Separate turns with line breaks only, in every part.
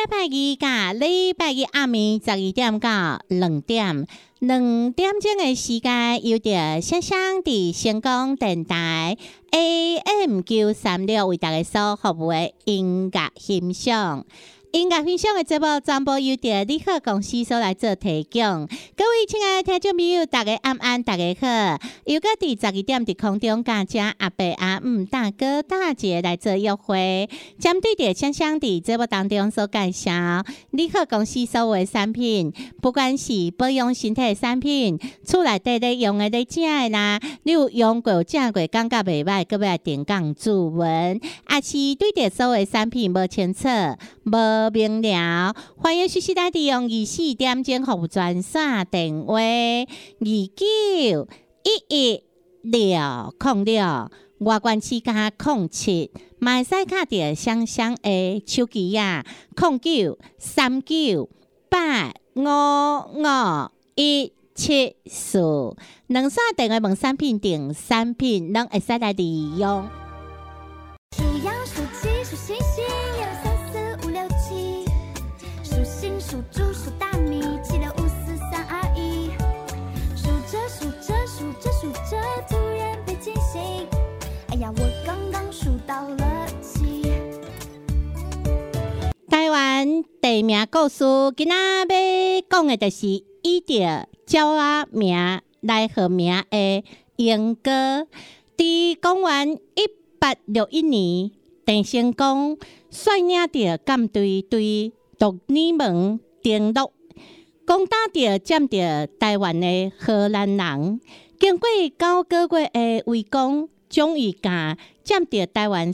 拜二甲礼拜日暗暝12点到2点，2点钟的时间由着香香伫成功电台 AM 936为大家所服务的音乐欣赏。音乐分享的节目全部由着利好公司所来做提供。各位亲爱的听众朋友，大家晚安，大家好。又到第12点伫空中甲遮阿伯阿姆大哥大姐来做约会，针对着香香伫节目当中所介绍利好公司所有的产品，不管是保养身体的产品，厝内底咧用的咧食的啦，你有用过食过感觉袂歹，搁要来点讲注文，也是对着所有的产品无清楚无明了，欢迎随时来利用24点钟服务专线电话29110606，外关市加07，嘛会使卡着香香的手机啊，0939855514，两线电话问产品定产品，拢会使来利用。
数羊数鸡数星星1234567，数星数猪数大米765432，数着数着数着数着，突然被惊醒，哎呀，我刚刚数到了7。
台湾地名故事，今仔要讲的就是以着鸟仔名来号名的莺歌。伫公元1861年，郑成功率领着舰队对独女门登陆，攻打着占着台湾的荷兰人。经过9个月的围攻，终于甲占着台湾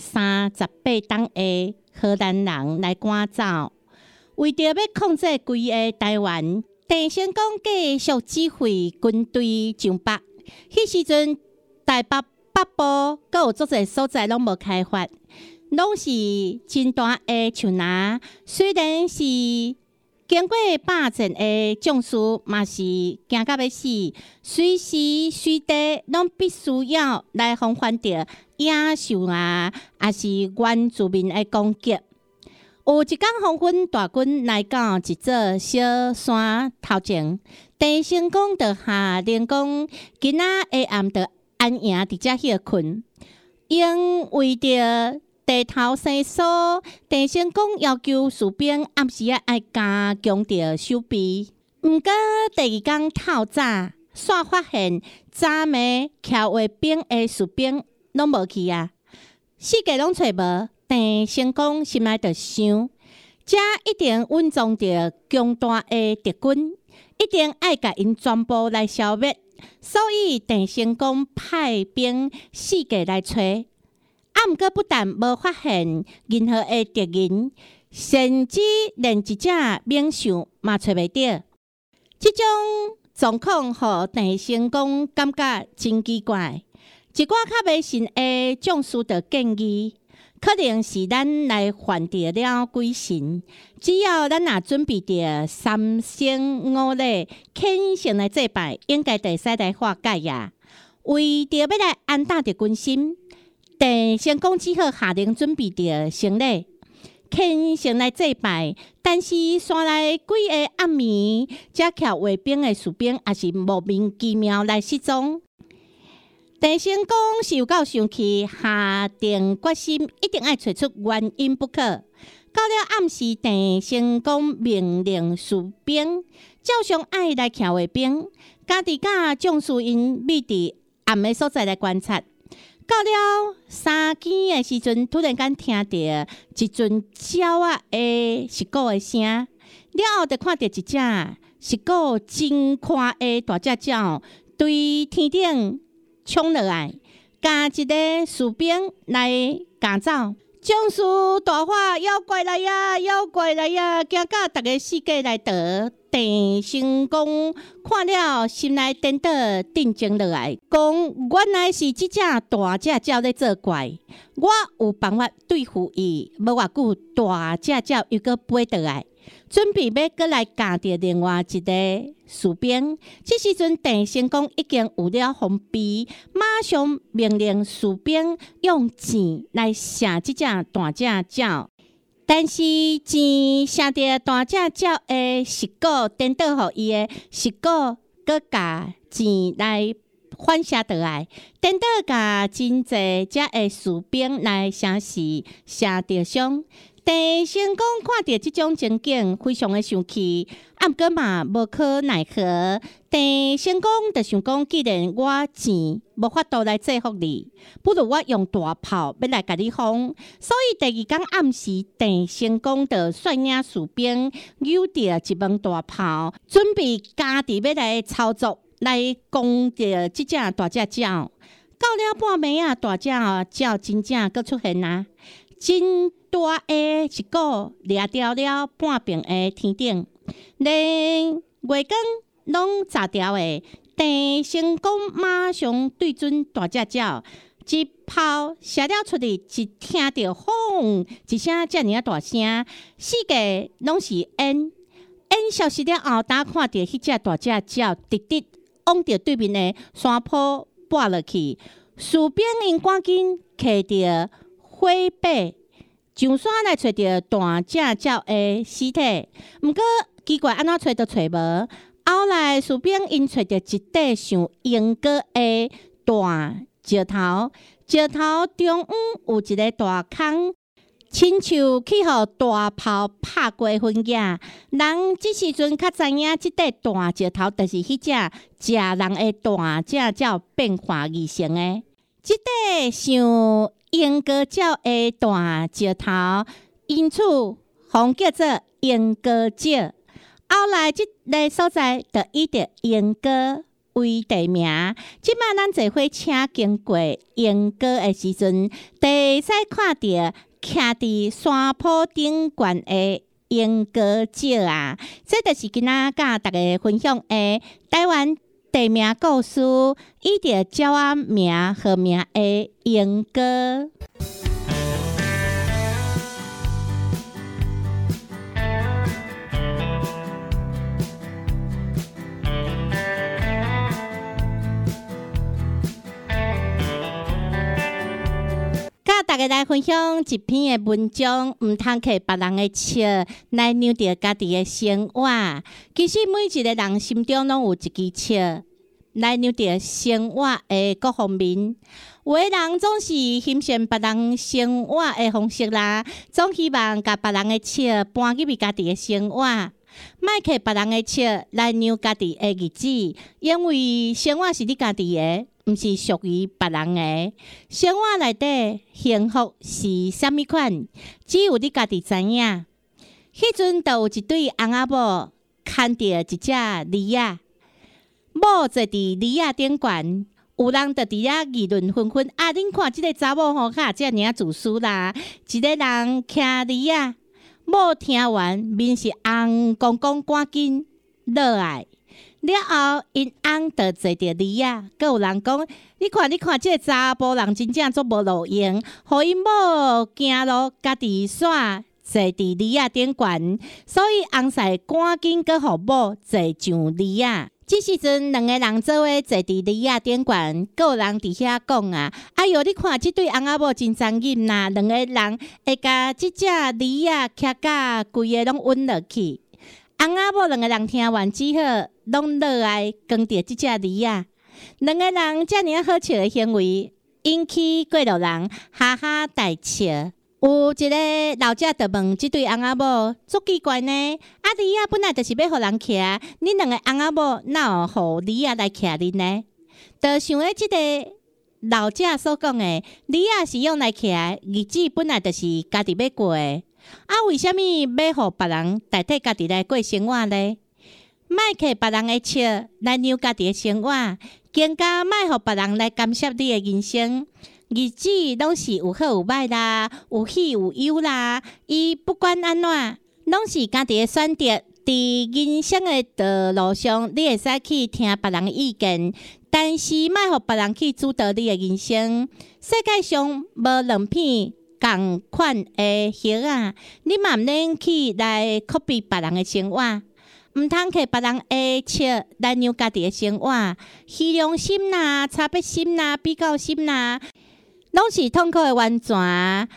38党的荷兰人来赶走。为着要控制规个台湾，郑成功继续指挥军队上北。迄时阵，台北北部阁有足侪所在拢无开发，拢是真大的树林。虽然是经过霸占的将士，嘛是惊到要死，随时随地拢必须要来防范着野兽啊，也是原住民的攻击。有一天黄昏，大军来到一座小山头前，郑成功就下令讲，今仔下暗就安营伫遮歇困。因为着地头生疏，郑成功要求士兵暗时爱加强着守备。毋过第二天透早，煞发现昨暝徛卫兵的士兵拢无去啊，四界拢找无。郑成功心内就想，这一定稳装着强大的敌军，一定爱甲因全部来消灭。所以郑成功派兵四界来找，毋过不但无发现任何的敌人，甚至连一只猛兽嘛找袂到。这种状况互郑成功感觉真奇怪。一寡较迷信的将士就建议，可能是咱来犯着了鬼神，只要咱若准备着3牲5礼虔诚来祭拜，应该就使来化解呀。为着要来安打着军心，郑成功只好下令准备着行礼，虔诚来祭拜。但是山内几个暗暝，遮徛卫兵的士兵也是莫名其妙来失踪。郑成功是有够生气，下定决心一定要找出原因不可。到了暗时，郑成功命令士兵照常爱来徛卫兵，家己甲将士因密伫暗的所在来观察。到了三更的时阵，突然间听到一阵鸟仔的食鼓的声，了后就看到一只食鼓真宽的大只鸟对天顶冲落来，甲一个士兵来赶走。将士大喊：妖怪来呀！妖怪来呀！惊到大家四界来逃。郑成功看了，心内颠倒，定静落来，讲：原来是这只大只鸟咧作怪，我有办法对付伊。无偌久，大只鸟又搁飞倒来，准备要搁来夹着另外一个士兵。这时阵，郑成功已经有了封闭，马上命令士兵用箭来射这只大只鸟。 但是钱乘着大只鸟的食果颠倒互伊的食果，搁甲钱来反射倒来，颠倒甲真济只的士兵来相视，射着伤。郑成功看到即种情景，非常的生气，毋过嘛无可奈何。郑成功就想讲，既然我钱无法度来制服你，不如我用大炮要来甲你轰。所以第二天暗时，郑成功就率领士兵扭着一门大炮，准备家己要来操作，来攻着即只大只鸟。到了半暝啊，大只鸟真正搁出现啊！真大个一个掠掉了半边的天顶，连月光拢炸掉的。郑成功马上对准大只鸟，一炮射了出去，一听到轰一声遮尔大声，四界拢是烟。烟消失了后，当看到迄只大只鸟直直往着对面的山坡跋落去，士兵因赶紧摕着火把上山来找着大只鸟的尸体，毋过奇怪安怎找都找无。后来士兵因找着一块像鹰鸽的大石头，石头中央有一个大孔，亲像去互大炮拍过分野。人即时阵较知影，即块大石头就是迄只食人的大只鸟变化而成的。即块像鹰鸽鸟的大石头，因此互叫做鹰鸽石。后来即个所在就以着鹰鸽为地名。即摆咱坐火车经过鹰鸽的时阵，就会使看到徛伫山坡顶悬的鹰鸽石啊。这就是今仔甲大家分享的台湾地名故事，以着鸟仔名号名的鹰鸽。甲大家来分享一篇的文章，毋通摕别人的笑来扭着家己的生活。其实每一个人心中拢有一支笑，来扭着生活的各方面。有的人总是欣赏别人生活的方式啦，总希望甲别人的笑搬入家己的生活。莫摕别人的笑来扭家己的日子，因为生活是你家己的，毋是属于别人的。生活内底幸福是啥物款，只有你家己知影。迄阵就有一对翁仔某牵着一只梨仔，某坐伫梨仔顶悬，有人就伫遐议论纷纷。啊，恁看即个查某吼，较遮尔自私啦！一个人骑梨仔，某听完面是红光光，赶紧落来。了后，因翁就坐着梨仔，阁有人讲：你看，即个查甫人真正足无路用，互因某行路家己煞坐伫梨仔顶悬，所以翁婿赶紧阁互某坐上梨仔。即时阵，两个人做伙坐伫梨仔顶悬，阁有人伫遐讲啊：哎哟，你看即对翁仔某真残忍呐！两个人会甲即只梨仔徛甲规个拢晕落去。翁仔某两个人听完之后，拢落来扛着即只梨仔。两个人遮尔好笑的行为，引起过路人哈哈大笑。有一个老者就问即对翁仔某：足奇怪呢？啊，梨仔本来就是要互人骑，恁两个翁仔某哪有互梨仔来骑恁呢？就想咧即个老者所讲的，梨仔是用来骑，日子本来就是家己要过的。啊，为虾米要互别人代替家己来过生活呢？莫摕别人的笑来扭家己的生活，更加莫互别人来干涉你的人生。日子拢是有好有歹啦，有喜有忧啦。伊不管安怎，拢是家己的选择。伫人生的道路上，你会使去听别人的意见，但是莫互别人去主导你的人生。世界上无两片同款的叶啊，你嘛毋免去来 copy 别人的生活，毋通摕别人的笑来扭家己的生活。虚荣心啦、差别心啦、比较心啦，拢是痛苦的源泉。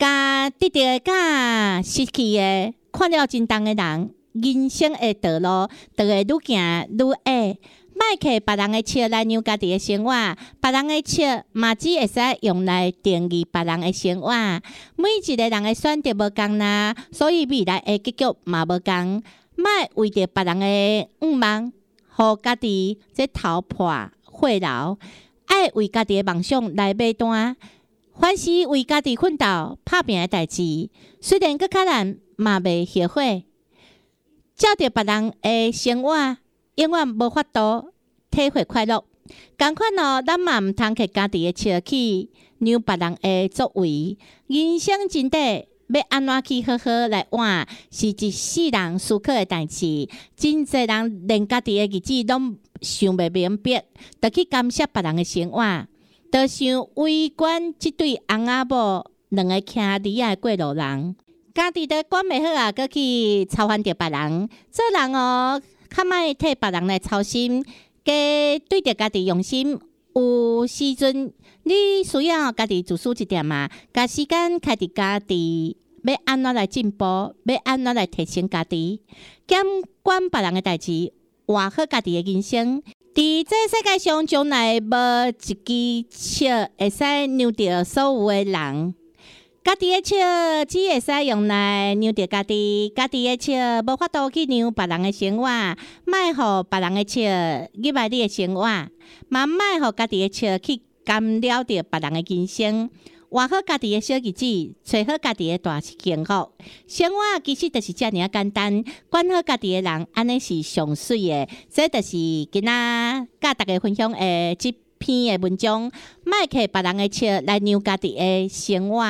甲得到的甲失去的，看了真重的人，人生的道路就会愈行愈矮。莫摕别人的笑来量家己的生活，别人的笑嘛只会使用来定义别人的生活。每一个人的选择无共啦，所以未来的结局嘛无共。莫为着别人的望，互家己这头破血流。爱为家己的梦想来买单。凡是为家己奋斗打拼的代志，虽然搁较难，嘛袂后悔。照着别人的生活，永远无法度体会快乐。同款哦，咱嘛毋通摕家己的笑去量别人的作为。人生真短，要安怎去好好来活，是一世人思考的代志。真侪人连家己的日子拢想袂明白，就去干涉别人的生活。就想围观即对翁仔某两个骑驴仔过路人，家己都管袂好啊，搁去操烦着别人。做人哦，较莫替别人来操心，加对着家己用心。有时阵你需要家己自私一点嘛，甲时间开伫家己，要安怎来进步，要安怎来提升家己，减管别人的代志，活好家己的人生。伫这世界上，从来无一支笑会使量着所有的人。家己的笑只会使用来量着家己，家己的笑无法度去量别人的生活。莫互别人的笑入来你的生活，嘛莫互家己的笑去干扰着别人的人生。活好家己的小日子，找好家己的大幸福。生活其实就是遮尔简单，管好家己的人，安尼是上水的。这就是今仔甲大家分享的这篇的文章，莫摕别人的笑来量家己的生活。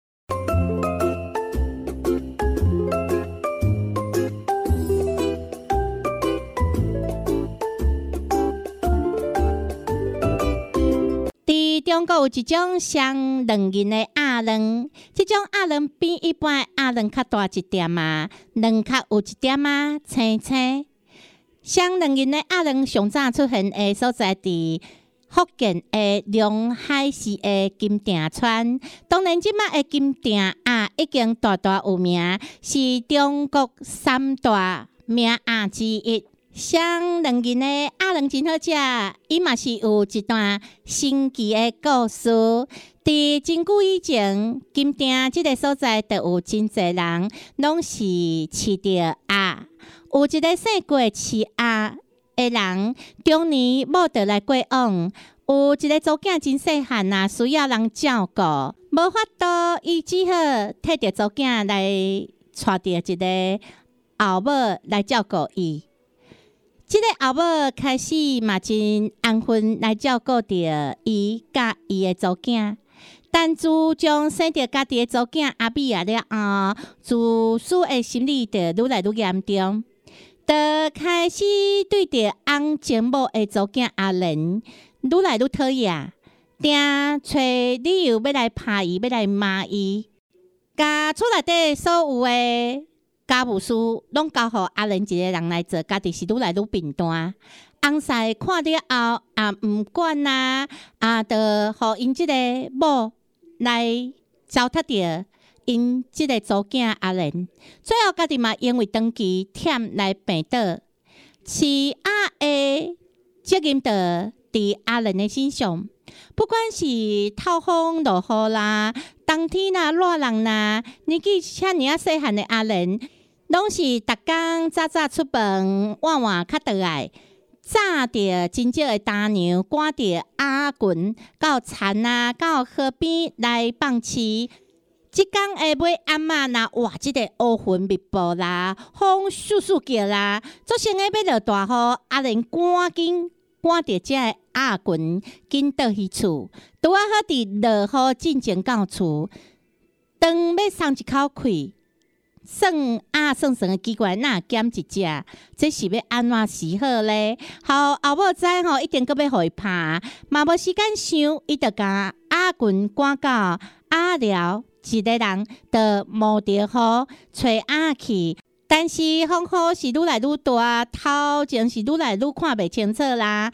中国有一种双卵形的鸭卵，这种鸭卵比一般鸭卵较大一点啊，卵壳有一点啊青青。双卵形的鸭卵上早出现的所在伫福建的龙海市的金鼎川。当然，即马的金鼎鸭已经大大有名，是中国三大名鸭之一。双卵形的鸭卵真好食，伊嘛是有一段神奇的故事。伫真久以前，金鼎即个所在就有真侪人拢是饲着鸭。有一个姓郭饲鸭的人，中年某就来过往。有一个祖囝真细汉啊，需要人照顾，无法度，伊只好摕着祖囝来带着一个后母来照顾伊。即个后母开始嘛真安分来照顾着伊甲伊的祖囝，但自从生着家己的祖囝阿米啊了后，自私的心理就愈来愈严重，就开始对着翁情某的祖囝阿莲愈来愈讨厌，定找理由要来拍伊，要来骂伊，甲厝内底所有的家务事拢交互阿莲一个人来做，家己是愈来愈贫惰。翁婿看了后也毋管啊，就互因即个某来糟蹋着因即个祖囝阿莲。最后家己嘛因为长期忝来病倒，饲鸭的责任就伫阿莲的身上。不管是透风落雨啦，冬天啦、热人啦，年纪遮尔啊细汉的阿莲，拢是逐工早早出门，晚晚较倒来，炸着真少的大牛，赶着鸭群到田啊，到河边来放饲。即天下尾暗仔若哇，即个乌云密布啦，风簌簌叫啦，做成个要落大雨，阿莲赶紧赶着遮个鸭群，紧倒去厝。拄啊好伫落雨进前到厝，当要松一口气。算的奇怪，哪减一只？这是要安怎是好咧？后母知一定搁要互伊拍，嘛无时间想，伊就甲鸭群赶到鸭寮，一个人就冒着雨找鸭去。但是风雨是愈来愈大，头前是愈来愈看袂清楚啦。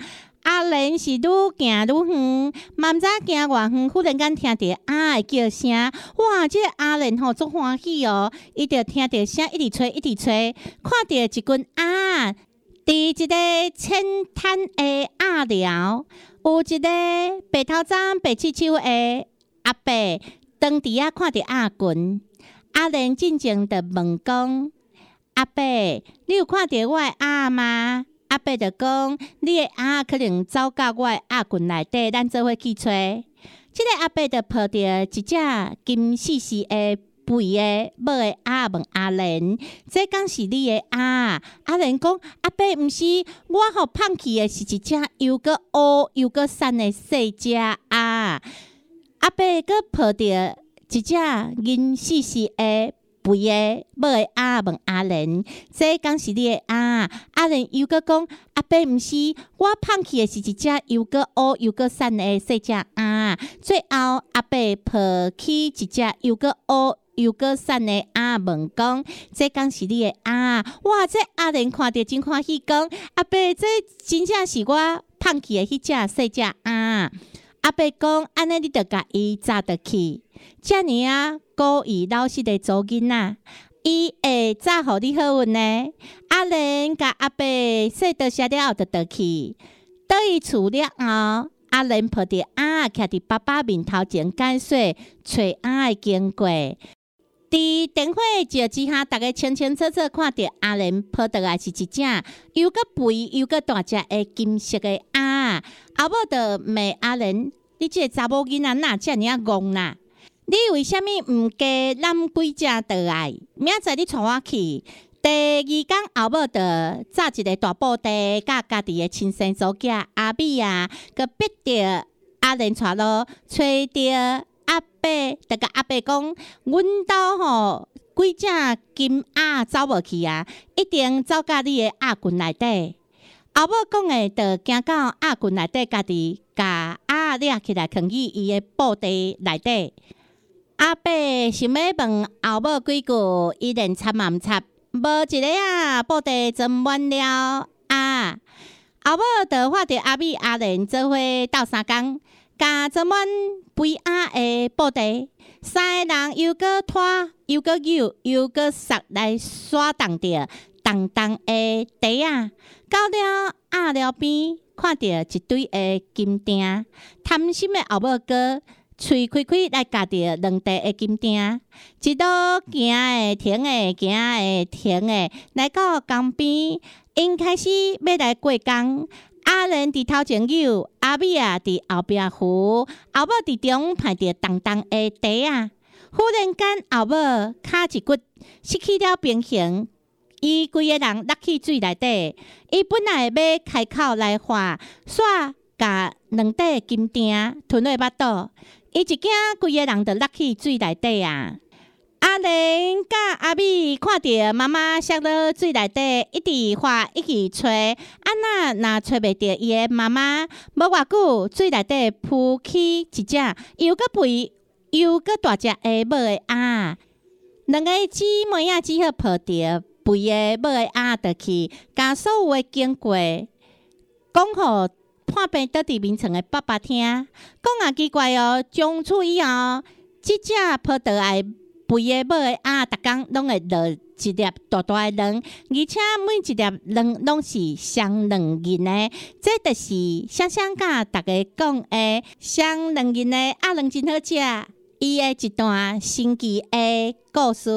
阿莲是愈行愈远，嘛毋知行偌远，忽然间听到啊的叫声，哇！这个阿莲吼足欢喜哦，伊就听到声，一直吹，看到一群啊，伫一个浅滩的鸭寮，有一个白头鬃、白手手的阿伯，当伫遐看到鸭群，阿莲静静地问讲：阿伯，你有看到我的鸭吗？阿伯就讲：你的鸭可能走到我的鸭群内底，咱做伙去找。这个阿伯就抱着一只金细细的肥的母的鸭，问阿莲：这敢是你的鸭？阿莲讲：阿伯，毋是，我互放弃的是一只又搁乌又搁瘦的细只鸭。阿伯搁抱着一只银细细的肥的母的鸭，问阿莲：这敢是你的鸭？阿莲又搁讲：阿伯，毋是，我放弃的是一只又搁乌又搁瘦的细只鸭。最后，阿伯抱起一只又搁乌又搁瘦的鸭，问讲：这敢是你的鸭？哇！这阿莲看到真欢喜，讲：阿伯，这真正是我放弃的迄只细只鸭。阿伯讲：安尼你着甲伊抓倒去，遮尔啊，故意老实的做囡仔，伊会抓互你好运呢。阿莲甲阿伯说多谢了后，就倒去。倒伊厝了后，阿莲抱着鸭徛伫爸爸面头前解说找鸭的经过。伫电火照之下，大家清清楚楚看到阿莲抱倒来是一只又搁肥又搁大只的金色的鸭。后尾就骂阿莲：你这个查某囡仔哪遮尔啊戆啦？你为虾物毋加揽几只倒来？明仔载你带我去。第二天后尾就扎一个大布袋，甲家己的亲生祖囝阿美啊，佮逼着阿莲带路，找着阿伯，就甲阿伯讲：阮兜吼几只金鸭走无去啊，一定走到你的鸭群内底。后尾讲的，就行到鸭群内底，家己甲鸭掠起来，藏去伊的布袋内底。阿伯想要问后尾几句，伊连插嘛毋插，无一个啊布袋装满了鸭。后尾就发着阿美阿莲做伙斗相共，甲装满肥鸭的布袋，三个人又搁拖又搁扭又搁塞来刷动着重重的袋啊。到了鸭寮边，看到一堆的金锭，贪心的后尾哥喙开来夹着两袋的金锭，一路行的停的，行的停的，来到江边，因开始要来过江。阿莲伫头前扭，阿美啊伫后壁扶，后尾伫中排着重重的袋啊。忽然间，后尾脚一骨失去了平衡。伊规个人落去水内底，伊本来要开口来话，煞甲两袋金锭吞落腹肚，伊一惊规个人就落去水内底啊！阿莲甲阿美看到妈妈摔落水内底，一直喊，一直吹，若吹袂着伊的妈妈，无偌久，水内底浮起一只又搁肥又搁大只的母的鸭，两个姊妹仔只好抱着肥的母的鸭倒去，甲所有的经过讲互判病倒伫眠床的爸爸听。讲也奇怪哦，从此以后，即只抱倒来肥的母的鸭，逐工拢会落一粒大大的卵，而且每一粒卵拢是双卵仁的。这就是双双甲大家讲的双卵仁的鸭卵真好食，伊的一段神奇的故事。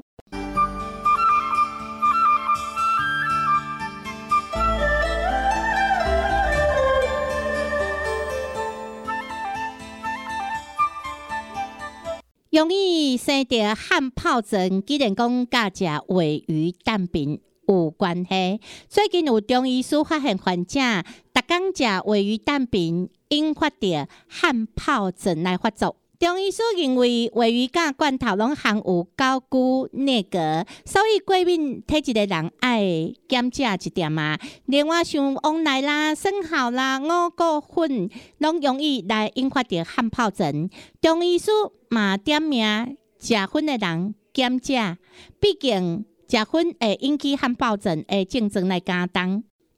容易生着汗疱疹，既然讲甲食鲔鱼蛋饼有关系。最近有中医师发现患者逐工食鲔鱼蛋饼，引发着汗疱疹来发作。中医师认为鲔鱼甲罐头拢含有高钴镁镉，所以过敏体质的人爱减食一点啊。另外像往来啦、生蚝啦、五谷粉，拢容易来引发着汗疱疹。中医师嘛点名食粉的人减食，毕竟食粉会引起汗疱疹的症状来加重。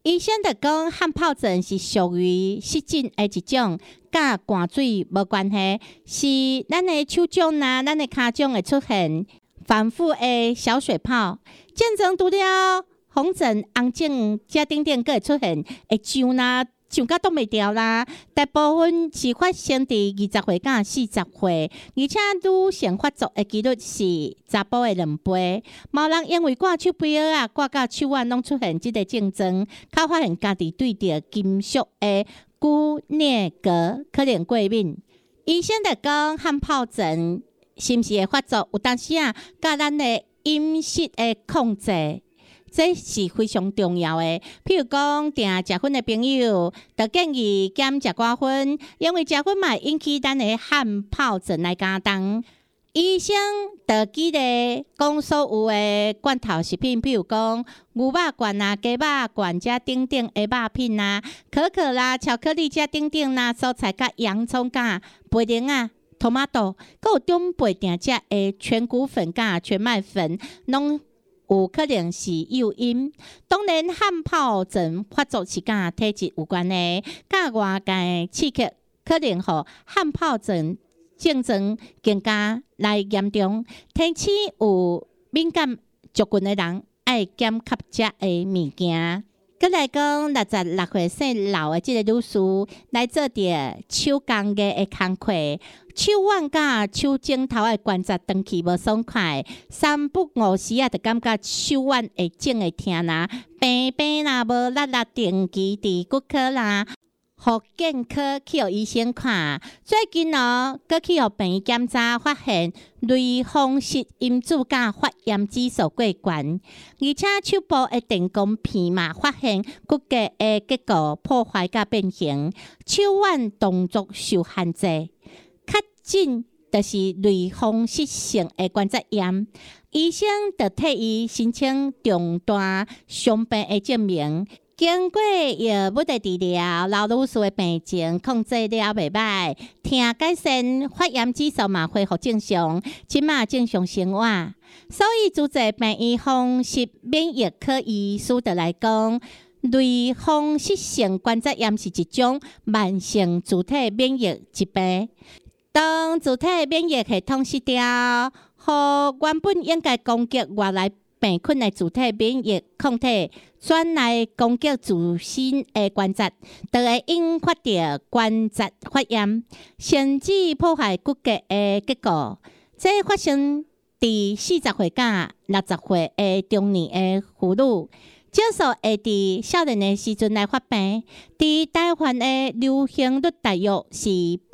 医生就讲汗疱疹是属于湿疹的一种，甲寒水无关系，是咱的手掌咱的骹掌会出现反复的小水泡，渐层除了红疹、红疹，遮顶顶佫会出现会痒啦。上甲挡袂掉啦，大部分是发生伫20岁到40岁，而且女性发作的几率是查甫的2倍。某人因为挂手臂啊、挂到手腕拢出现即个症状，较发现家己对着金属的钴镍镉可能过敏。医生就讲汗疱疹是毋是会发作，有当时啊，甲咱的饮食的控制。这是非常重要的。譬如讲，定食薰的朋友，就建议减食寡薰，因为食薰嘛会引起咱的汗疱疹来加重。医生就记得讲所有的罐头食品，譬如讲牛肉罐啊、鸡肉罐遮等等的肉品啊、可可啦、巧克力遮等等啦、蔬菜甲洋葱甲培玲啊、tomato， 还有中辈定食的全谷粉甲全麦粉，拢有可能是诱因。当然，汗疱疹发作是甲体质有关的，甲外界刺激可能互汗疱疹症状更加来严重。天气有敏感族群的人，爱减吸食的物件。再来讲，66岁姓刘的这个女士来做着手工艺的工课，手腕甲手指头的关节长期无爽快，3不5时啊，就感觉手腕会整会痛啦，病病啦，无力啦，定期伫骨科啦。互健科去互医生看，最近搁去互病院检查，发现类风湿因子甲发炎指数过悬，而且手部的电光片嘛，发现骨骼的结构破坏甲变形，手腕动作受限制。较紧就是类风湿性的关节炎，医生就替伊申请重大伤病的证明。经过药物的治疗，老女士的病情控制了袂歹，痛改善，发炎指数嘛恢复正常，即马正常生活。所以，主治病院风湿免疫科医师就来讲，类风湿性关节炎是一种慢性自体免疫疾病。当自体免疫系统失调，互原本应该攻击外来病菌的自体免疫抗体转来攻击自身的关节，就会引发着关节发炎，甚至破坏骨骼的结构。这发生伫40岁到60岁的中年的妇女，少数会伫少年的时阵来发病。伫台湾的流行率大约是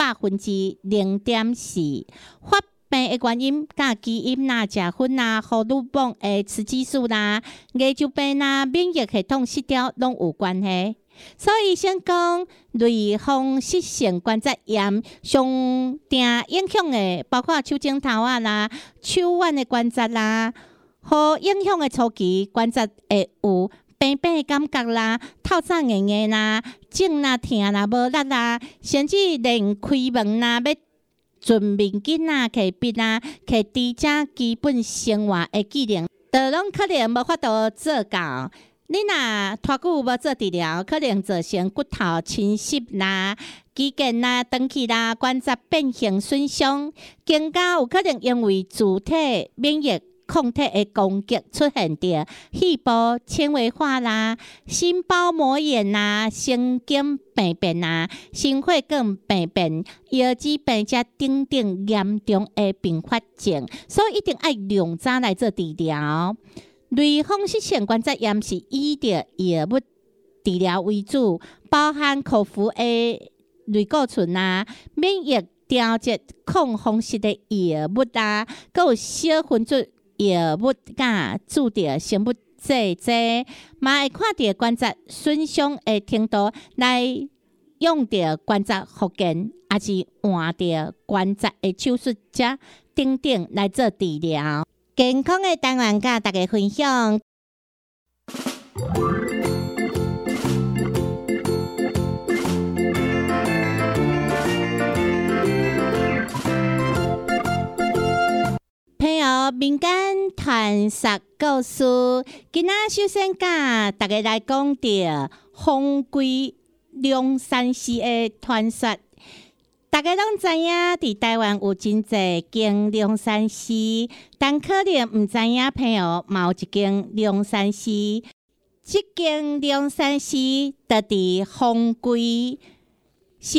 0.4%。发病的原因，甲基因啦、食薰啦、荷尔蒙的雌激素啦、牙周病啦、免疫系统失调拢有关系。所以先讲类风湿性关节炎上定影响的，包括手指头啊啦、手腕的关节啦，互影响的初期关节会有病病的感觉啦、透早硬硬啦、肿啦、痛啦、无力啦，甚至连开门啦要顺面巾啊、揢笔啊、揢伫遮基本生活的技能，都拢可能无法度做到。你若拖久无做治疗，可能造成骨头侵蚀啦、肌腱啦、长去啦、关节变形损伤，更加有可能因为自体免疫抗体的攻击出现着细胞纤维化啦、心包膜炎啦、神经病变啦、心血管病变、腰子病遮等等严重的并发症，所以一定要量早来做治疗。类风湿性关节炎是以着药物治疗为主，包含口服的类固醇啦、免疫调节抗风湿的药物啦，还有小分子药物甲注着生物制剂，嘛会看着关节损伤的程度来用着关节复健，也是换着关节的手术者等等来做治疗。健康的单元甲大家分享。朋友民间传说故事，今仔首先甲大家来讲着风归龙山寺的传说。大家拢知影，伫台湾有真侪间龙山寺，但可能毋知影朋友嘛有一间龙山寺。即间龙山寺就伫丰归，是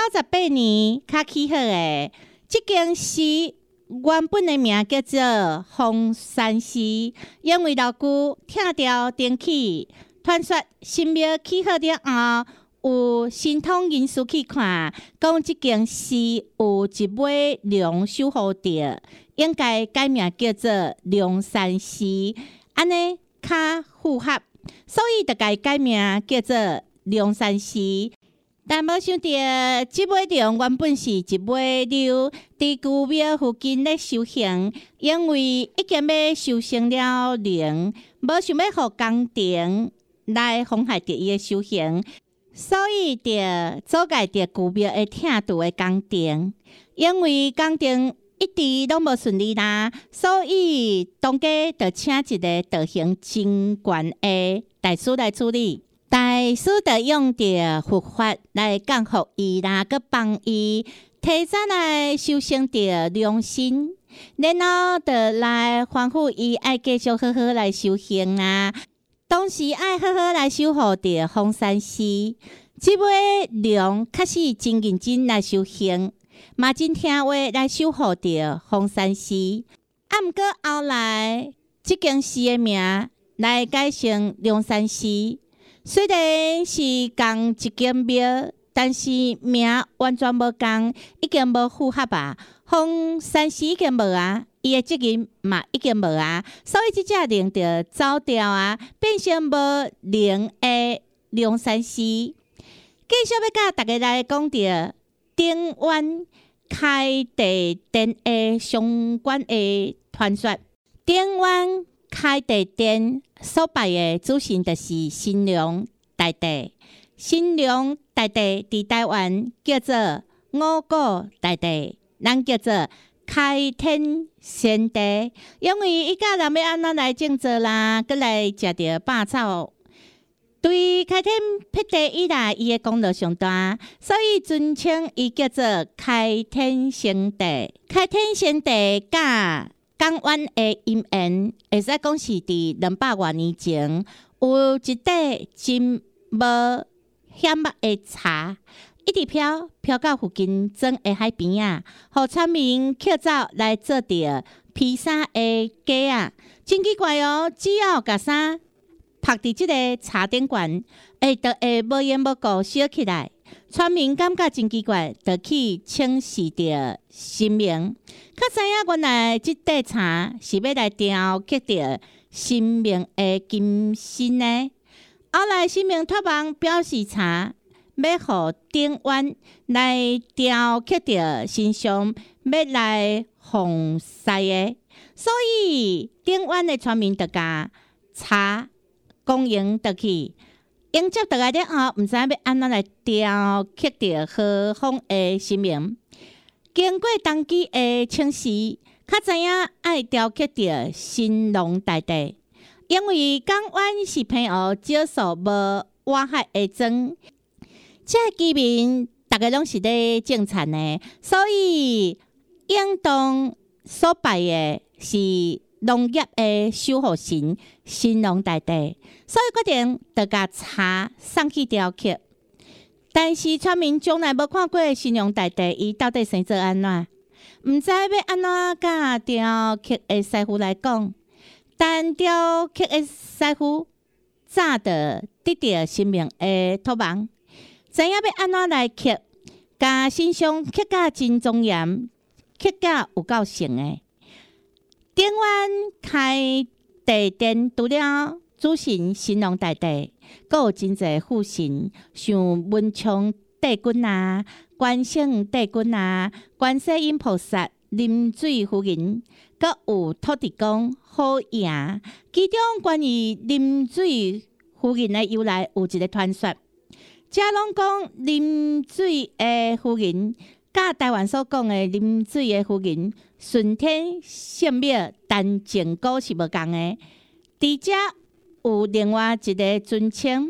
98年较起好的。即间寺原本的名叫做凤山寺，因为老旧拆掉重起，传说神庙起好了后，有神通人士去看，讲即间寺有一尾龙守护着，应该改名叫做龙山寺，安尼较符合，所以就改名叫做龙山寺。但无想到，即尾龙原本是一尾牛，伫旧庙附近咧修行，因为已经要修成了灵，无想要互宫廷来妨害着伊的修行。所以，就阻碍着旧庙会听住的工程，因为工程一直拢无顺利啦，所以当家就请一个道行真悬的大师来处理。大师就用着佛法来降服伊啦，佮帮伊提早来修成着良心，然后就来吩咐伊爱继续好好来修行啦。同时爱好好来守护着凤山寺，即尾龙确实真认真来修行，嘛真听话来守护着凤山寺。毋过后来即间寺的名来改成龙山寺，虽然是同一间庙，但是名完全无同，已经无符合啊。凤山寺已经无啊。伊的责任嘛已经无啊，所以即只灵就走掉啊，变成无灵的龙山寺。继续要甲大家来讲着顶湾开地殿的相关的传说。顶湾开地殿所拜的主神就是神龙大帝。神龙大帝伫台湾叫做五谷大帝，咱叫做开天先帝，因为伊家人要安怎来种作啦，佮来食着百草，对开天辟地以来，伊的功劳上大，所以尊称伊叫做开天先帝。开天先帝甲港湾的因缘，会使讲是伫200多年前，有一块真无险恶的茶。一直飘到附近庄的海边啊，互村民捡走来做着披萨的架啊，真奇怪哦！只要甲衫拍伫即个茶顶悬，就会无缘无故烧起来。村民感觉真奇怪，就去请示着神明，较知影原来即块茶是要来雕刻着神明的金身呢。后来神明托梦表示茶。要互顶湾来雕刻着神像，要来奉祀的，所以顶湾的村民就甲茶供应倒去，迎接倒来了后，毋知要安怎来雕刻着何方的神明。经过当期的请示，较知影爱雕刻着神龙大帝，因为港湾是偏学少数无挖海的庄。这居民大家拢是咧种田的，所以应当所拜的是农业的守护神神龙大帝，所以决定就甲茶送去雕刻。但是村民从来无看过神龙大帝，伊到底生做安怎？毋知要安怎甲雕刻的师傅来讲，但雕刻的师傅早就得到神明的托梦。知影要安怎来刻，甲神像刻甲真庄严，刻甲有够成的。顶湾开地殿除了主神神龙大帝，阁有真侪副神，像文昌帝君啊、关圣帝君啊、观世音菩萨、啉水夫人，阁有土地公、好爷。其中关于啉水夫人的由来有一个传说。遮拢讲啉水的夫人，甲台湾所讲的啉水的夫人，顺天圣庙，但前古是无共的。伫遮有另外一个尊称，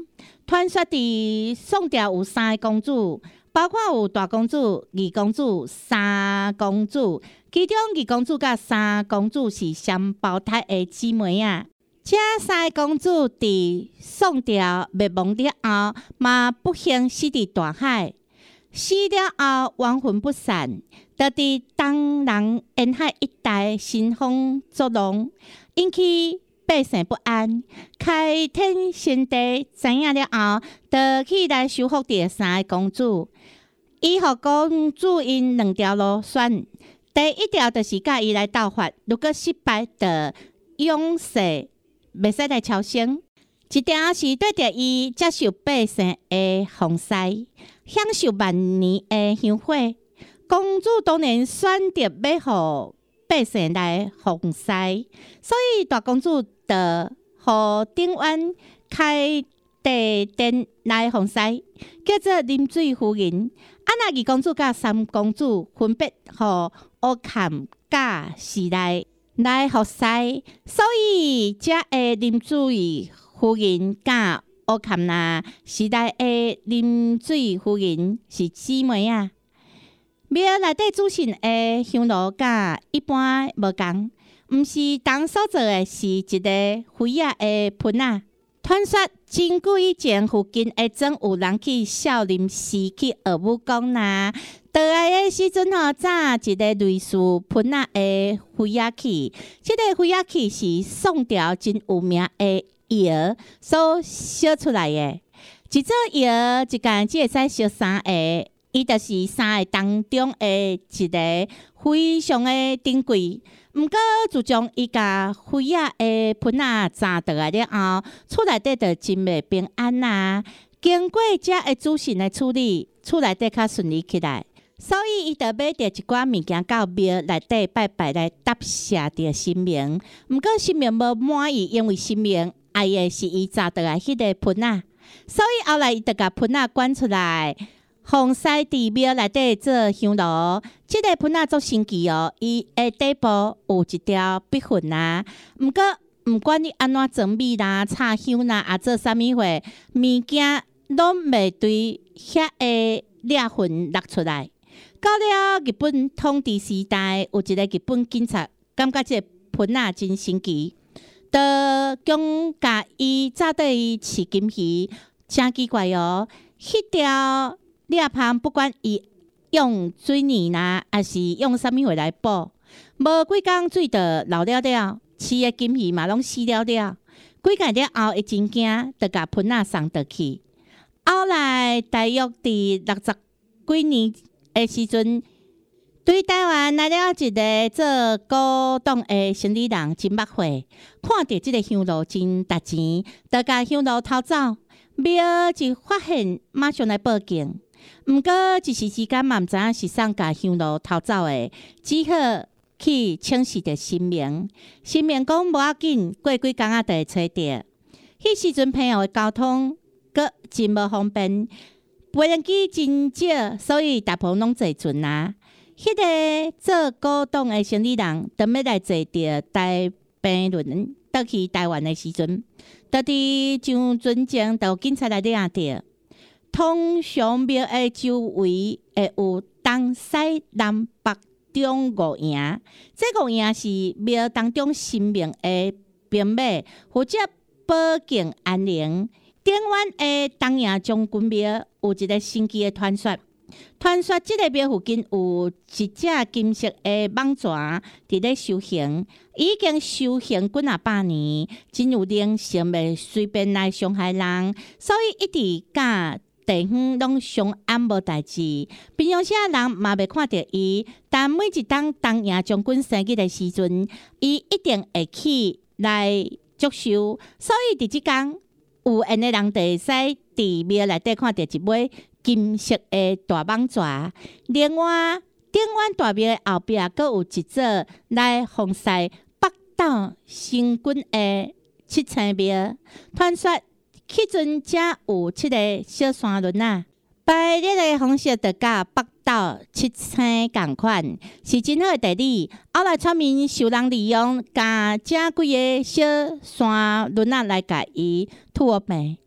传说伫宋朝有3个公主，包括有大公主、二公主、三公主，其中二公主甲三公主是双胞胎的姊妹啊。这3个公主伫宋朝灭亡了后，嘛不幸死伫大海。死了后亡魂不散，就伫东南沿海一带兴风作浪，引起百姓不安。开天神帝知影了后，就起来收复第3个公主。伊互公主因2条路选，第一条就是甲伊来斗法，如果失败，就永世袂使来超生。一条是对着伊接受百姓的奉祀，享受万年的香火。公主当然选择要互百姓来奉祀，所以大公主就互顶院开地殿来奉祀，叫做啉水夫人。那二公主甲三公主分别互乌坎甲时代来服侍，所以这的啉水夫人甲乌坎那时代的啉水夫人是姊妹啊。庙内底主神的香炉甲一般无共，毋是当所做的是一个灰仔的盆仔。传说真久以前，附近会总有人去少林寺去学武功啦。倒来的时阵吼，早一个类似盆仔的灰仔器，这个灰仔器是宋朝真有名的药所烧出来的。一做药一工只会使烧3个，伊就是3个当中的一个，非常的珍贵。毋过，自从伊甲灰仔的盆仔炸倒来了后，厝内底就真袂平安啦。经过这的主神的处理，厝内底较顺利起来。所以，伊就买着一寡物件到庙内底拜拜来答谢着神明。毋过，神明无满意，因为神明爱的是伊炸倒来迄个盆仔，所以后来伊就甲盆仔关出来。奉祀伫庙内底做香炉，这个盆仔足神奇哦。伊的底部有一条笔痕啊。毋过，毋管你安怎装米啦、插香啦，也做啥物货，物件拢袂对遐个裂痕落出来。到了日本统治时代，有一个日本警察感觉这个盆仔真神奇，就讲甲伊炸倒伊饲金鱼，真奇怪哦。迄条裂盘不管伊用水泥啦，还是用啥物货来补，无几工水就流了了，饲的金鱼嘛拢死了了。几工了后，伊真惊，就甲盆仔送倒去。后来大约伫60几年的时阵，对台湾来了一个做古董的生意人真捌货，看到这个香炉真值钱，就甲香炉偷走。庙就发现，马上来报警。毋过一时之间嘛毋知影是谁甲香炉偷走的，只好去请示着神明。神明讲无要紧，过几工仔就会找着。迄时阵朋友的交通阁真无方便，无人机真少，所以大部分拢坐船啊。迄个做古董的生意人，当要来坐着台北轮倒去台湾的时阵，就伫上船前，就有警察来领着。通常庙的周围会有东西南北中5营，这5营是庙当中神明的兵马，负责保境安宁。顶湾的东营将军庙有一个神奇的传说，传说这个庙附近有一只金色的蟒蛇伫咧修行，已经修行几啊百年，真有灵性，袂随便来伤害人，所以一直甲地方拢相安无代志，平常时人嘛袂看到伊，但每一当东营将军生日的时阵，伊一定会去来祝寿。所以伫即天，有缘的人就会使伫庙内底看到一尾金色的大蟒蛇。另外，顶湾大庙的后壁，阁有一座来奉祀北斗星君的七星庙。传说迄阵才有7个小山轮啊，拜日的方式就甲北斗七星共款，是真好的地理。后来村民受人利用，甲这几个小山轮啊来甲伊吐白。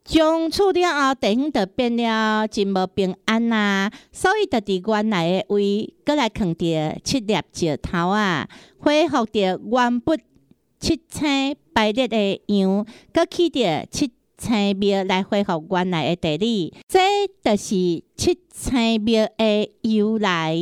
将处了后，地方就变了真无平安啊，所以就伫原来的位，搁来放着7粒石头啊，恢复着原本7星排列的样，搁起着7星庙来恢复原来的地理，这就是7星庙的由来。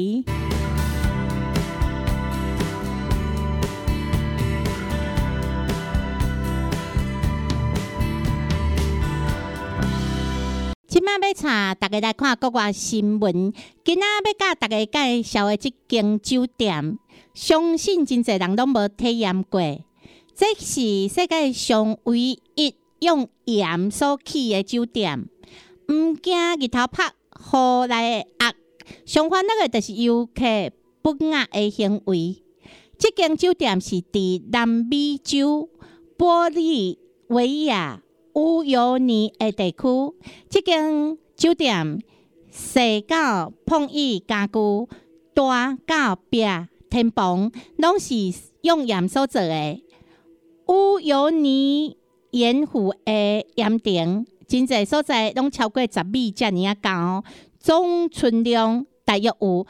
即摆要查，大家来看国外新闻。今仔要甲大家介绍的即间酒店，相信真侪人拢无体验过。这是世界上唯一用盐所起的酒店，毋惊日头晒、雨来的压，相反那个就是游客不雅的行为。即间酒店是伫南美洲玻利维亚乌尤尼的地区，这间酒店细到碰椅家具，大到壁天棚，拢是用盐所做的。乌尤尼盐湖的盐田，真侪所在拢超过10米遮尔高，总存量大约有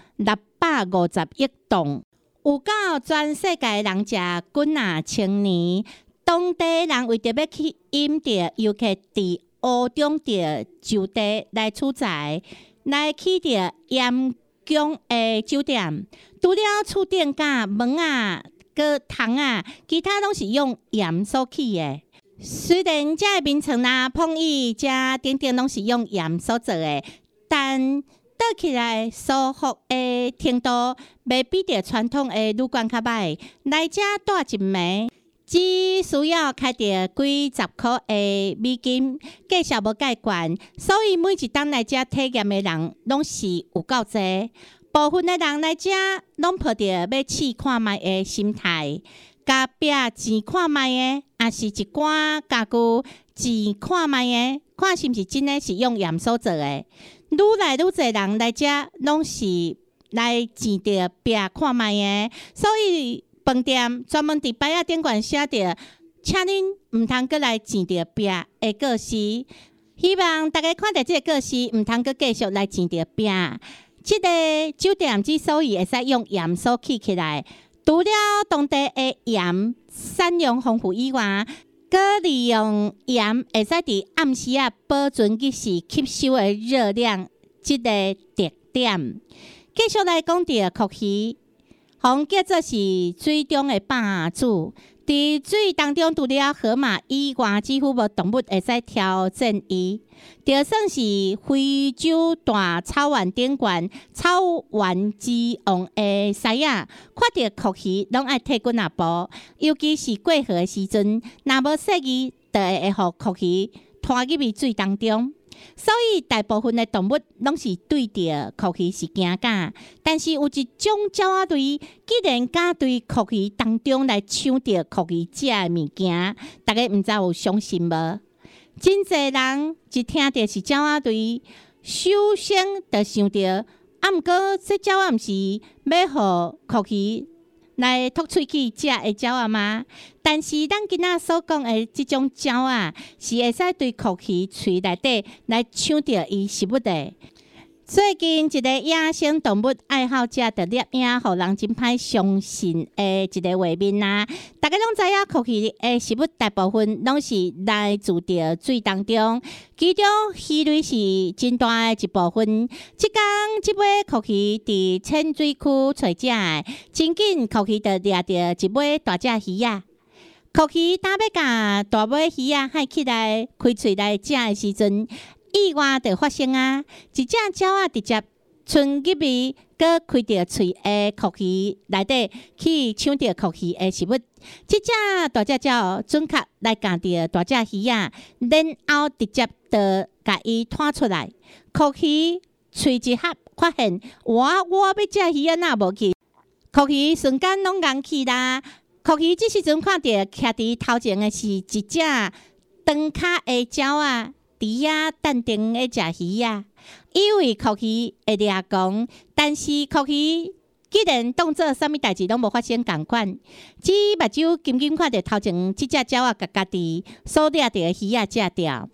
650亿吨，有够全世界人食滚啊千年。当地人为着要去引着游客伫湖中的就地来取材，来起着盐江的酒店，除了厝顶甲门啊、个窗啊，其他拢是用盐所起的。虽然遮的眠床啦、碰椅、遮顶顶拢是用盐所做的，但倒起来舒服的程度，袂比着传统的旅馆较歹。来遮住一暝，只需要开着几十块的美金，价钱无介悬，所以每一档来遮体验的人拢是有够侪。部分的人来遮拢抱着要试看卖的心态，甲壁钱看卖的，也是一寡家具钱看卖的，看是毋是真的是用盐所做的。愈来愈侪人来遮拢是来钱着壁看卖的，所以饭店专门伫牌仔顶悬写着，请恁毋通阁来钱着壁的告示。希望大家看到这个告示，毋通阁继续来钱着壁。这个酒店之所以会使用盐所起来，除了当地的盐产量丰富以外，搁利用盐会使伫暗时保存日时吸收的热量，这个特点。继续来讲到酷鱼，红叫做是水中的霸主。伫水当中，除了河马以外，几乎无动物会使挑战伊。就算是非洲大草原顶悬草原之王的狮仔，看到酷鱼拢爱退滚步，尤其是过河的时阵，若无适宜，就会互酷鱼拖入去水当中。所以大部分的动物拢是对着酷鱼是惊噶，但是有一种鸟仔类，既然敢对酷鱼当中来抢着酷鱼食的物件，大家毋知有相信无？真侪人一听到是鸟仔类，首先就想着，毋过这鸟仔毋是要互酷鱼来吐喙齿食的鸟仔吗？但是咱今仔所讲的这种鸟仔，是会使对酷鱼喙内底来抢着伊食物的。最近一个野生动物爱好者的摄影，互人真歹相信的一个画面啊！大家拢知影，酷鱼的食物大部分拢是来自着水当中，其中鱼类是真大的一部分。即天即尾酷鱼伫浅水区找食的，真紧酷鱼就掠着一尾大只鱼啊！酷鱼当要甲大尾鱼啊喊起来开喙来食的时阵，意外就发生啊！一只鸟仔直接伸入去，搁开着喙的酷鱼内底去抢着酷鱼的食物。这只大只鸟准确来夹着大只鱼啊，然后直接就甲伊拖出来。酷鱼喙一合，发现我要食鱼啊，哪无去？酷鱼瞬间拢硬去啦！酷鱼这时阵看到徛伫头前的是一只长脚的鸟仔。伫遐等定咧食鱼啊，以为酷鱼会掠狂，但是酷鱼既然当做啥物代志拢无发生共款，只目睭紧紧看着头前即只鸟仔甲家己所掠着的鱼仔食掉。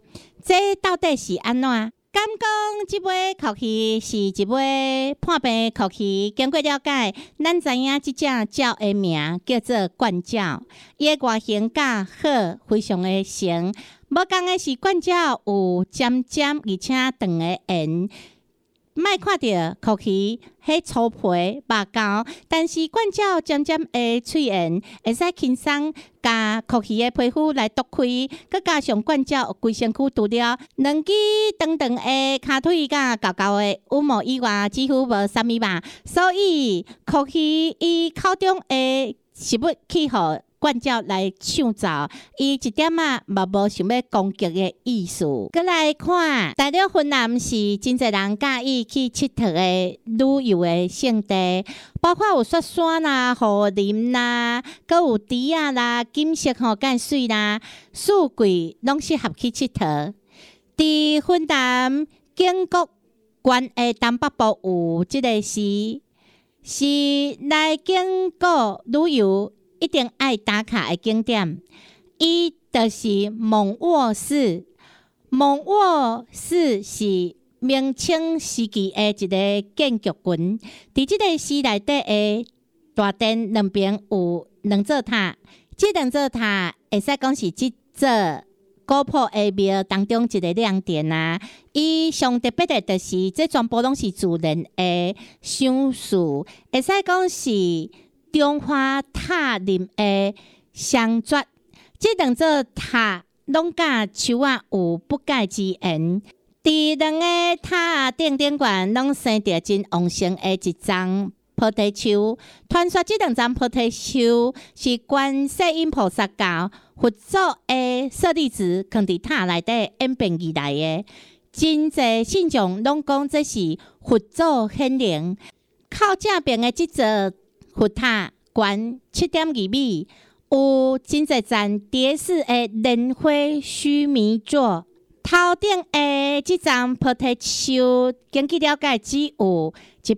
这到底是安怎？敢讲即尾酷鱼是一尾破病酷鱼？经过了解，咱知影即只鸟的名叫做冠鸟，伊的外形甲好，非常的成。无共的是冠鸟有尖尖而且长的缘。莫看到酷鱼迄粗皮肉厚，但是冠鸟尖尖的喙缘会使轻松甲酷鱼的皮肤来剁开，佮加上冠鸟规身躯除了两支长长的骹腿甲厚厚的羽毛以外，几乎无啥物嘛。所以酷鱼伊口中的食物气候。冠鸟来抢走，伊一点仔嘛无想要攻击的意思。佮来看，大陆云南是真侪人介意去佚佗的旅游的胜地，包括有雪山啦、雨林啦，佮有猪仔啦、景色吼介水啦，四季拢适合去佚佗。伫云南景国县的东北部有即个是来景国旅游。一定爱打卡的景点，伊就是蒙沃寺。蒙沃寺是明清时期的一个建筑群，伫即个寺内底的大殿两边有两座塔，即两座塔会使讲是即座古朴的庙当中一个亮点啊。伊上特别的就是这全部拢是自然的赏树，会使讲是。中华塔林的相绝，这两座塔拢甲树仔有不解之缘。伫两个塔顶悬拢生着真旺盛的一丛菩提树。传说这两丛菩提树是观世音菩萨教佛祖的舍利子放伫塔内底演变而来的。真侪信众拢讲这是佛祖显灵。靠正边的这座。佛塔悬7.2米，有真侪盏蝶式的莲花须弥座。头顶的这丛菩提树，根据了解，只有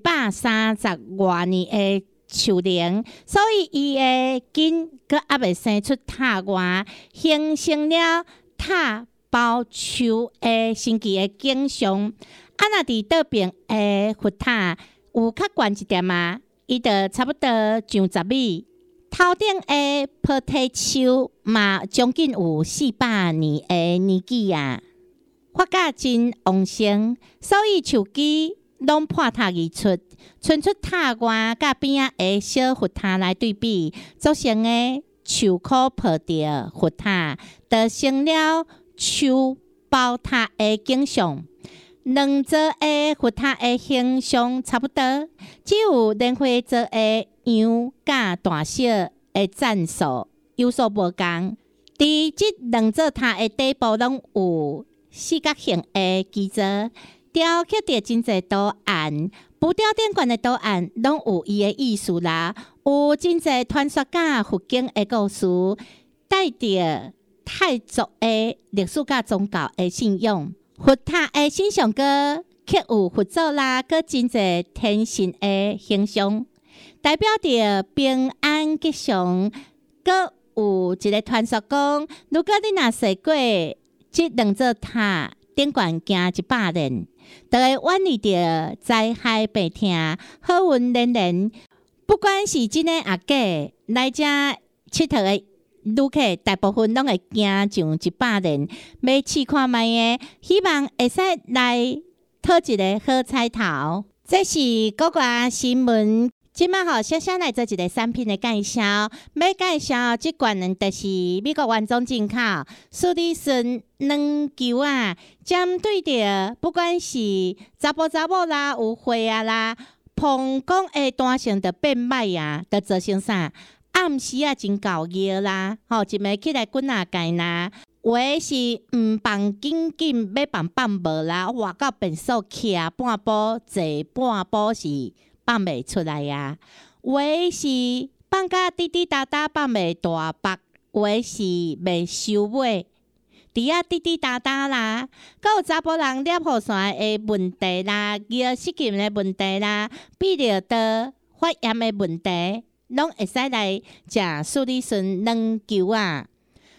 130多年的树龄，所以伊的根阁还未生出塔外，形成了塔包树的神奇的景象。若伫倒边的佛塔有较悬一点啊。伊就差不多上10米，头顶的菩提树嘛，将近有400年的年纪啊，发甲真旺盛，所以树枝拢破塔而出，伸出塔外甲边仔的小佛塔来对比，组成的树壳抱着佛塔，就成了树包塔的景象。两座的佛塔的形象差不多，只有莲花座的样甲大小的赞数有所无同。伫即两座塔的底部拢有四角形的基座，雕刻着真侪图案，浮雕顶悬的图案拢有伊的意思啦。有真侪传说甲佛经的故事，带着泰族的历史甲宗教的信仰。佛塔的身上阁刻有佛祖啦，阁真侪天神的形象，代表着平安吉祥。阁有一个传说讲，如果你若坐过这两座塔顶悬行100年，就会远离着灾害病痛，好运连连。不管是真的啊假，来遮佚佗的旅客大部分拢会行上100年，要试看卖的，希望会使来讨一个好彩头。这是国外新闻，即摆吼小小来做一个产品的介绍。要介绍即罐呢，就是美国原装进口苏利顺软球啊，针对着不管是查甫查某啦、有血啊啦、膀胱的单性的变歹啊，就造成啥？暗时啊，真够热啦，吼，一暝起来滚啊盖啦，有诶是放紧紧，要放无啦，活到变数徛半晡，坐半晡是放袂出来啊。有诶是放甲滴滴答答，放袂大腹，有诶是袂收尾，伫遐滴滴答答啦。佮有查甫人尿布线诶问题啦，尿失禁诶问题啦，泌尿道发炎诶问题。拢会使来食苏利顺软球啊。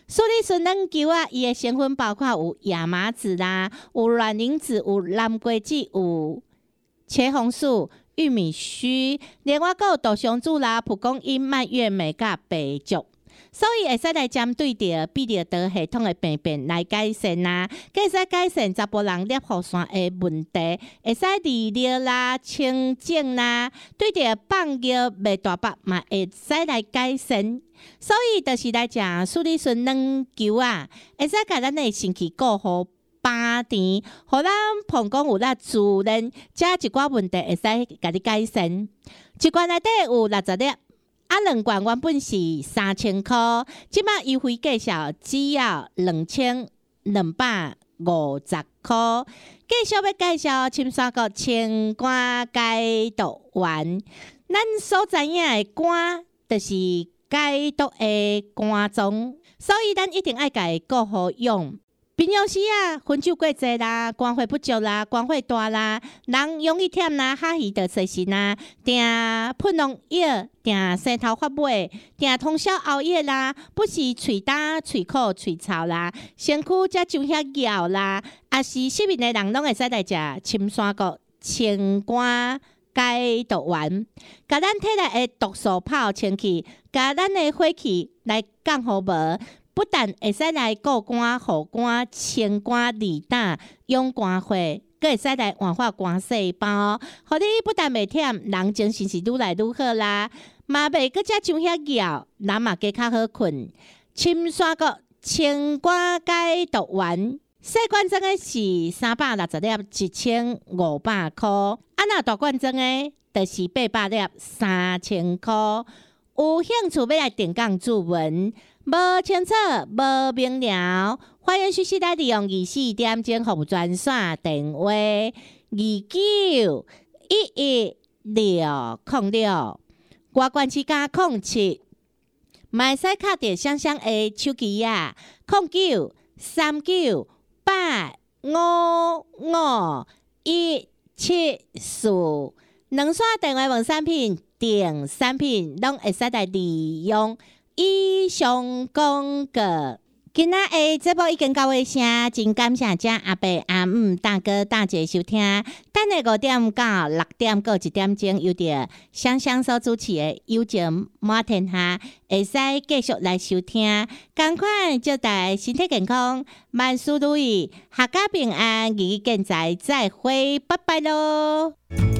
苏力顺软球啊，伊的成分包括有亚麻籽啦，有卵磷脂，有蓝桂枝，有茄红素、玉米须，另外还有杜松子啦、蒲公英、蔓越莓甲白术。所以会使来针对着泌尿道系统的病变来改善啦，会使改善查甫人尿壶酸的问题，会使利尿啦、清净啦，对着放尿未大腹嘛会使来改善。所以就是来食苏力顺软球啊，会使甲咱的身体顾好饱甜，互咱膀胱有力自然，加一寡问题会使甲你改善。一罐内底有60粒。2罐原本是3000块，即马优惠价小只要2250块。继续要介绍青山国青瓜解毒丸，咱所知影的肝就是解毒的肝脏，所以咱一定爱家顾好用。平常时啊，薰酒过侪啦，肝火不足啦，肝火大啦，人容易忝啦，哈气着随时啦，定喷农药，定生头发尾，定通宵熬夜啦，不是喙干、喙苦、喙臭啦，身躯才上遐咬啦，也是失眠的人拢会使来食青山国青瓜解毒丸，甲咱体内的毒素泡清去，甲咱的火气来降好无。不但会使来固肝、护肝、清肝利胆、养肝火，佫会使来活化肝细胞，互你不但袂忝，人精神是愈来愈好啦，嘛袂佫遮上遐枵，人嘛加较好困。青山国青肝解毒丸，细罐装的是360粒，1500块；若大罐装的，就是800粒，3000块。有兴趣要来电讲注文？无清楚、无明了，欢迎随时来利用24点钟服务专线电话2911606，外关市加07，嘛会使敲着双双的手机啊，0939855574，两线电话问产品、订产品，拢会使来利用。以上广告，今仔的节目已经到尾声，真感谢遮阿伯、阿姆、大哥、大姐收听。等下5点到6点过1点钟，有着香香所主持的有情满天下，会使继续来收听。赶快祝大家身体健康，万事如意，阖家平安，日日健在，再会，拜拜喽！